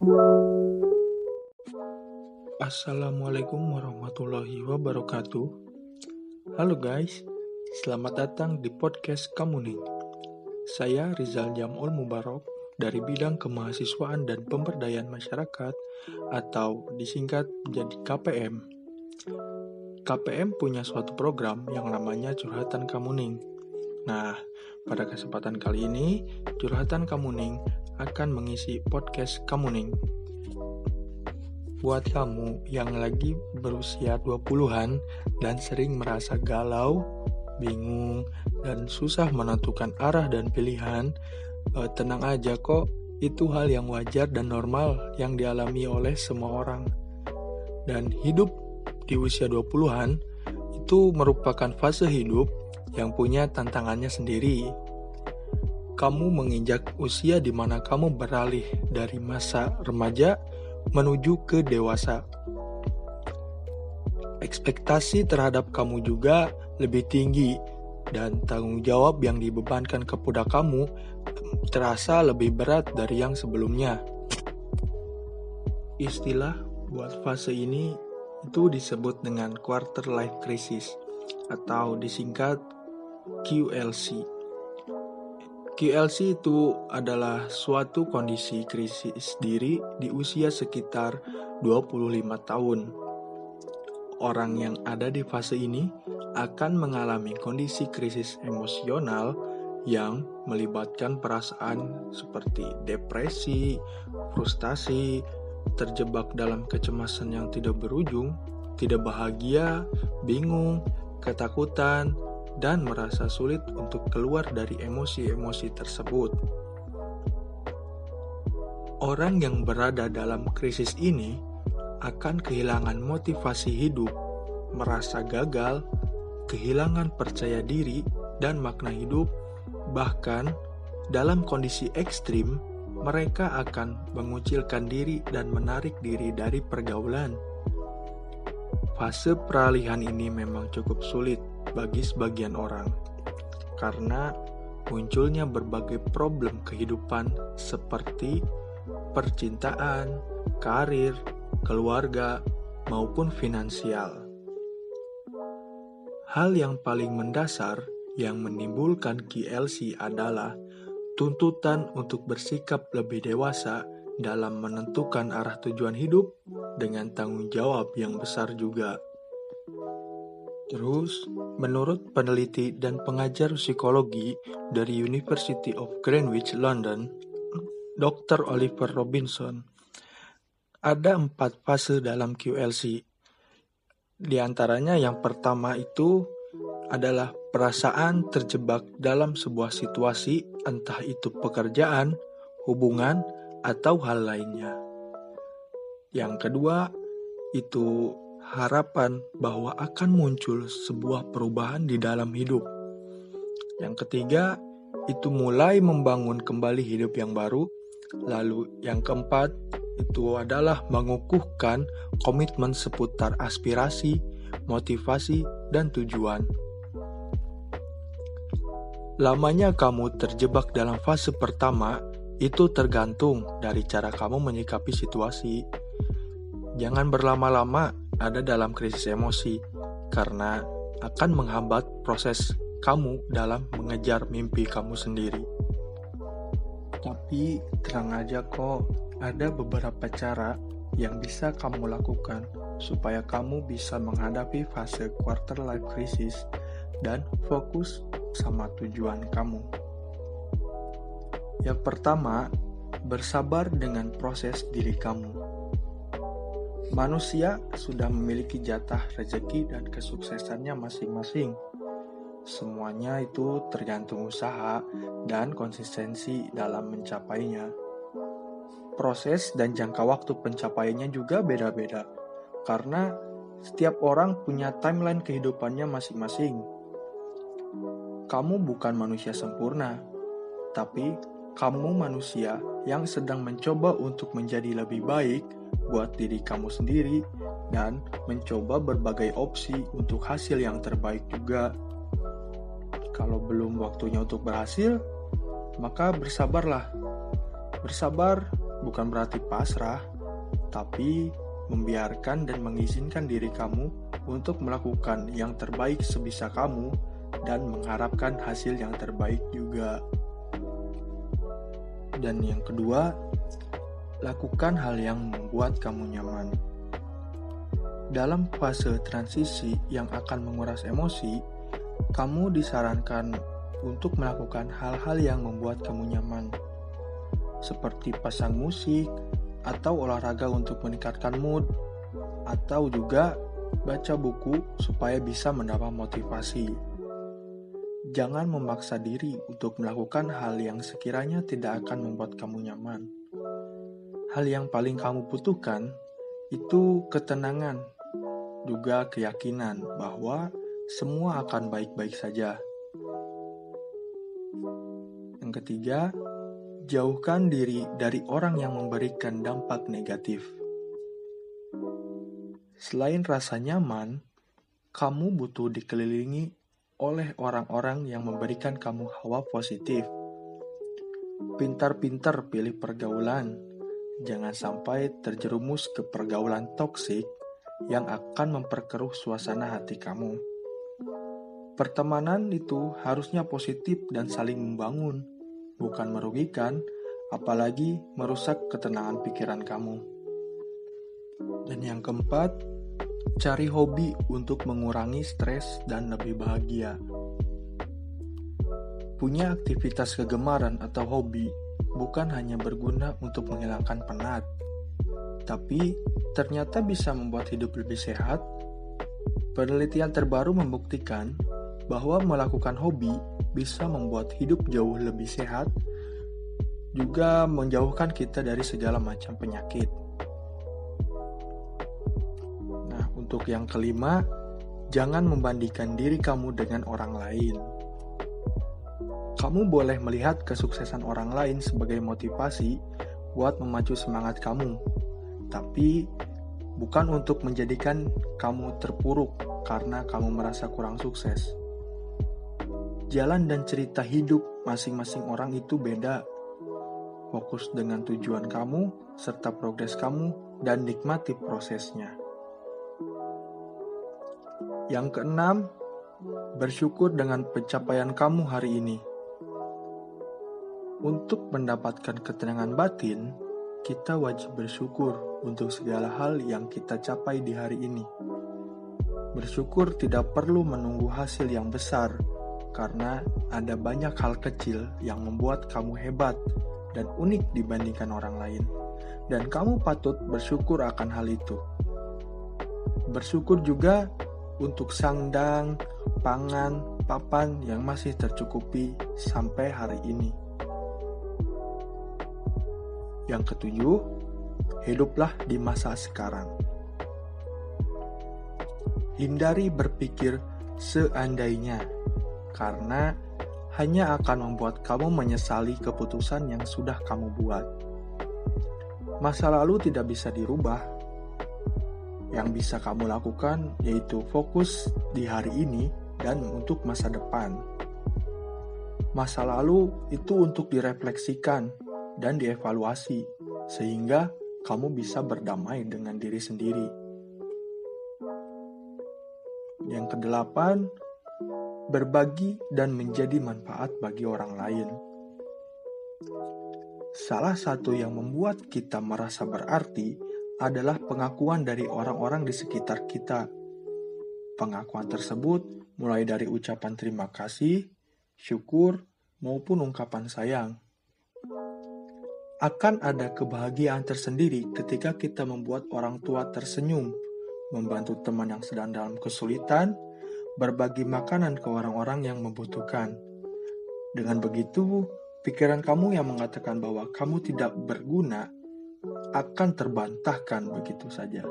Assalamualaikum warahmatullahi wabarakatuh. Halo guys, selamat datang di podcast Kamuning. Saya Rizal Jamul Mubarok dari bidang kemahasiswaan dan pemberdayaan masyarakat atau disingkat menjadi KPM. KPM punya suatu program yang namanya Curhatan Kamuning. Nah, pada kesempatan kali ini, Curhatan Kamuning akan mengisi podcast Kamuning. Buat kamu yang lagi berusia 20-an dan sering merasa galau, bingung, dan susah menentukan arah dan pilihan, tenang aja kok, itu hal yang wajar dan normal yang dialami oleh semua orang. Dan hidup di usia 20-an itu merupakan fase hidup yang punya tantangannya sendiri. Kamu menginjak usia di mana kamu beralih dari masa remaja menuju ke dewasa. Ekspektasi terhadap kamu juga lebih tinggi dan tanggung jawab yang dibebankan kepada kamu terasa lebih berat dari yang sebelumnya. Istilah buat fase ini itu disebut dengan quarter life crisis atau disingkat QLC. QLC itu adalah suatu kondisi krisis diri di usia sekitar 25 tahun. Orang yang ada di fase ini akan mengalami kondisi krisis emosional yang melibatkan perasaan seperti depresi, frustasi, terjebak dalam kecemasan yang tidak berujung, tidak bahagia, bingung, ketakutan, dan merasa sulit untuk keluar dari emosi-emosi tersebut. Orang yang berada dalam krisis ini akan kehilangan motivasi hidup, merasa gagal, kehilangan percaya diri dan makna hidup, bahkan dalam kondisi ekstrim, mereka akan mengucilkan diri dan menarik diri dari pergaulan. Fase peralihan ini memang cukup sulit bagi sebagian orang, karena munculnya berbagai problem kehidupan seperti percintaan, karir, keluarga, maupun finansial. Hal yang paling mendasar yang menimbulkan QLC adalah tuntutan untuk bersikap lebih dewasa dalam menentukan arah tujuan hidup dengan tanggung jawab yang besar juga. Terus, menurut peneliti dan pengajar psikologi dari University of Greenwich, London, Dr. Oliver Robinson, ada 4 fase dalam QLC. Di antaranya yang pertama itu adalah perasaan terjebak dalam sebuah situasi, entah itu pekerjaan, hubungan, atau hal lainnya. Yang kedua, itu harapan bahwa akan muncul sebuah perubahan di dalam hidup. Yang ketiga, itu mulai membangun kembali hidup yang baru. Lalu yang keempat, itu adalah mengukuhkan komitmen seputar aspirasi, motivasi, dan tujuan. Lamanya kamu terjebak dalam fase pertama itu tergantung dari cara kamu menyikapi situasi. Jangan berlama-lama ada dalam krisis emosi, karena akan menghambat proses kamu dalam mengejar mimpi kamu sendiri. Tapi tenang aja kok, ada beberapa cara yang bisa kamu lakukan supaya kamu bisa menghadapi fase quarter life crisis dan fokus sama tujuan kamu. Yang pertama, bersabar dengan proses diri kamu. Manusia sudah memiliki jatah rezeki dan kesuksesannya masing-masing. Semuanya itu tergantung usaha dan konsistensi dalam mencapainya. Proses dan jangka waktu pencapaiannya juga beda-beda, karena setiap orang punya timeline kehidupannya masing-masing. Kamu bukan manusia sempurna, tapi kamu manusia yang sedang mencoba untuk menjadi lebih baik buat diri kamu sendiri dan mencoba berbagai opsi untuk hasil yang terbaik juga. Kalau belum waktunya untuk berhasil, maka bersabarlah. Bersabar bukan berarti pasrah, tapi membiarkan dan mengizinkan diri kamu untuk melakukan yang terbaik sebisa kamu dan mengharapkan hasil yang terbaik juga. Dan yang kedua, lakukan hal yang membuat kamu nyaman. Dalam fase transisi yang akan menguras emosi, kamu disarankan untuk melakukan hal-hal yang membuat kamu nyaman, seperti pasang musik, atau olahraga untuk meningkatkan mood, atau juga baca buku supaya bisa mendapat motivasi. Jangan memaksa diri untuk melakukan hal yang sekiranya tidak akan membuat kamu nyaman. Hal yang paling kamu butuhkan itu ketenangan, juga keyakinan bahwa semua akan baik-baik saja. Yang ketiga, jauhkan diri dari orang yang memberikan dampak negatif. Selain rasa nyaman, kamu butuh dikelilingi oleh orang-orang yang memberikan kamu hawa positif. Pintar-pintar pilih pergaulan. Jangan sampai terjerumus ke pergaulan toksik yang akan memperkeruh suasana hati kamu. Pertemanan itu harusnya positif dan saling membangun, bukan merugikan, apalagi merusak ketenangan pikiran kamu. Dan yang keempat, cari hobi untuk mengurangi stres dan lebih bahagia. Punya aktivitas kegemaran atau hobi bukan hanya berguna untuk menghilangkan penat, tapi ternyata bisa membuat hidup lebih sehat. Penelitian terbaru membuktikan bahwa melakukan hobi bisa membuat hidup jauh lebih sehat, juga menjauhkan kita dari segala macam penyakit. Nah, untuk yang kelima, jangan membandingkan diri kamu dengan orang lain. Kamu boleh melihat kesuksesan orang lain sebagai motivasi buat memacu semangat kamu, tapi bukan untuk menjadikan kamu terpuruk karena kamu merasa kurang sukses. Jalan dan cerita hidup masing-masing orang itu beda. Fokus dengan tujuan kamu serta progres kamu dan nikmati prosesnya. Yang keenam, bersyukur dengan pencapaian kamu hari ini. Untuk mendapatkan ketenangan batin, kita wajib bersyukur untuk segala hal yang kita capai di hari ini. Bersyukur tidak perlu menunggu hasil yang besar, karena ada banyak hal kecil yang membuat kamu hebat dan unik dibandingkan orang lain, dan kamu patut bersyukur akan hal itu. Bersyukur juga untuk sandang, pangan, papan yang masih tercukupi sampai hari ini. Yang ketujuh, hiduplah di masa sekarang. Hindari berpikir seandainya, karena hanya akan membuat kamu menyesali keputusan yang sudah kamu buat. Masa lalu tidak bisa dirubah. Yang bisa kamu lakukan yaitu fokus di hari ini dan untuk masa depan. Masa lalu itu untuk direfleksikan dan dievaluasi, sehingga kamu bisa berdamai dengan diri sendiri. Yang kedelapan, berbagi dan menjadi manfaat bagi orang lain. Salah satu yang membuat kita merasa berarti adalah pengakuan dari orang-orang di sekitar kita. Pengakuan tersebut mulai dari ucapan terima kasih, syukur, maupun ungkapan sayang. Akan ada kebahagiaan tersendiri ketika kita membuat orang tua tersenyum, membantu teman yang sedang dalam kesulitan, berbagi makanan ke orang-orang yang membutuhkan. Dengan begitu, pikiran kamu yang mengatakan bahwa kamu tidak berguna akan terbantahkan begitu saja.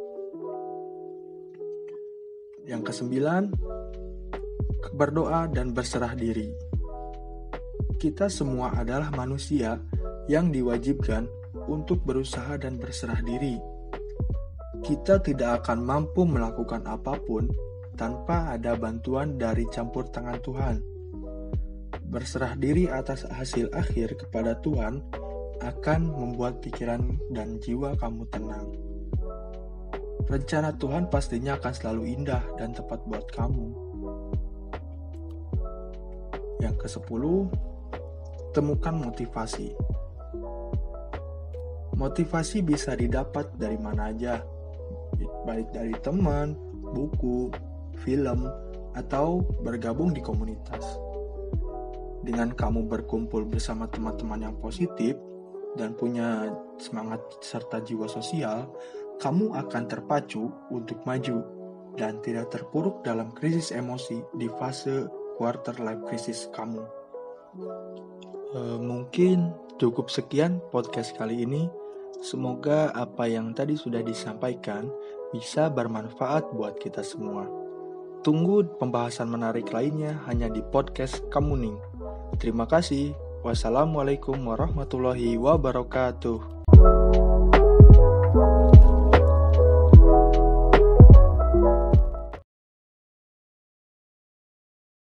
Yang kesembilan, berdoa dan berserah diri. Kita semua adalah manusia yang diwajibkan untuk berusaha dan berserah diri. Kita tidak akan mampu melakukan apapun tanpa ada bantuan dari campur tangan Tuhan. Berserah diri atas hasil akhir kepada Tuhan akan membuat pikiran dan jiwa kamu tenang. Rencana Tuhan pastinya akan selalu indah dan tepat buat kamu. Yang ke-10, temukan motivasi. Motivasi bisa didapat dari mana aja, baik dari teman, buku, film, atau bergabung di komunitas. Dengan kamu berkumpul bersama teman-teman yang positif dan punya semangat serta jiwa sosial, kamu akan terpacu untuk maju dan tidak terpuruk dalam krisis emosi di fase quarter life crisis kamu. Mungkin cukup sekian podcast kali ini. Semoga apa yang tadi sudah disampaikan bisa bermanfaat buat kita semua. Tunggu pembahasan menarik lainnya hanya di podcast Kamuning. Terima kasih. Wassalamualaikum warahmatullahi wabarakatuh.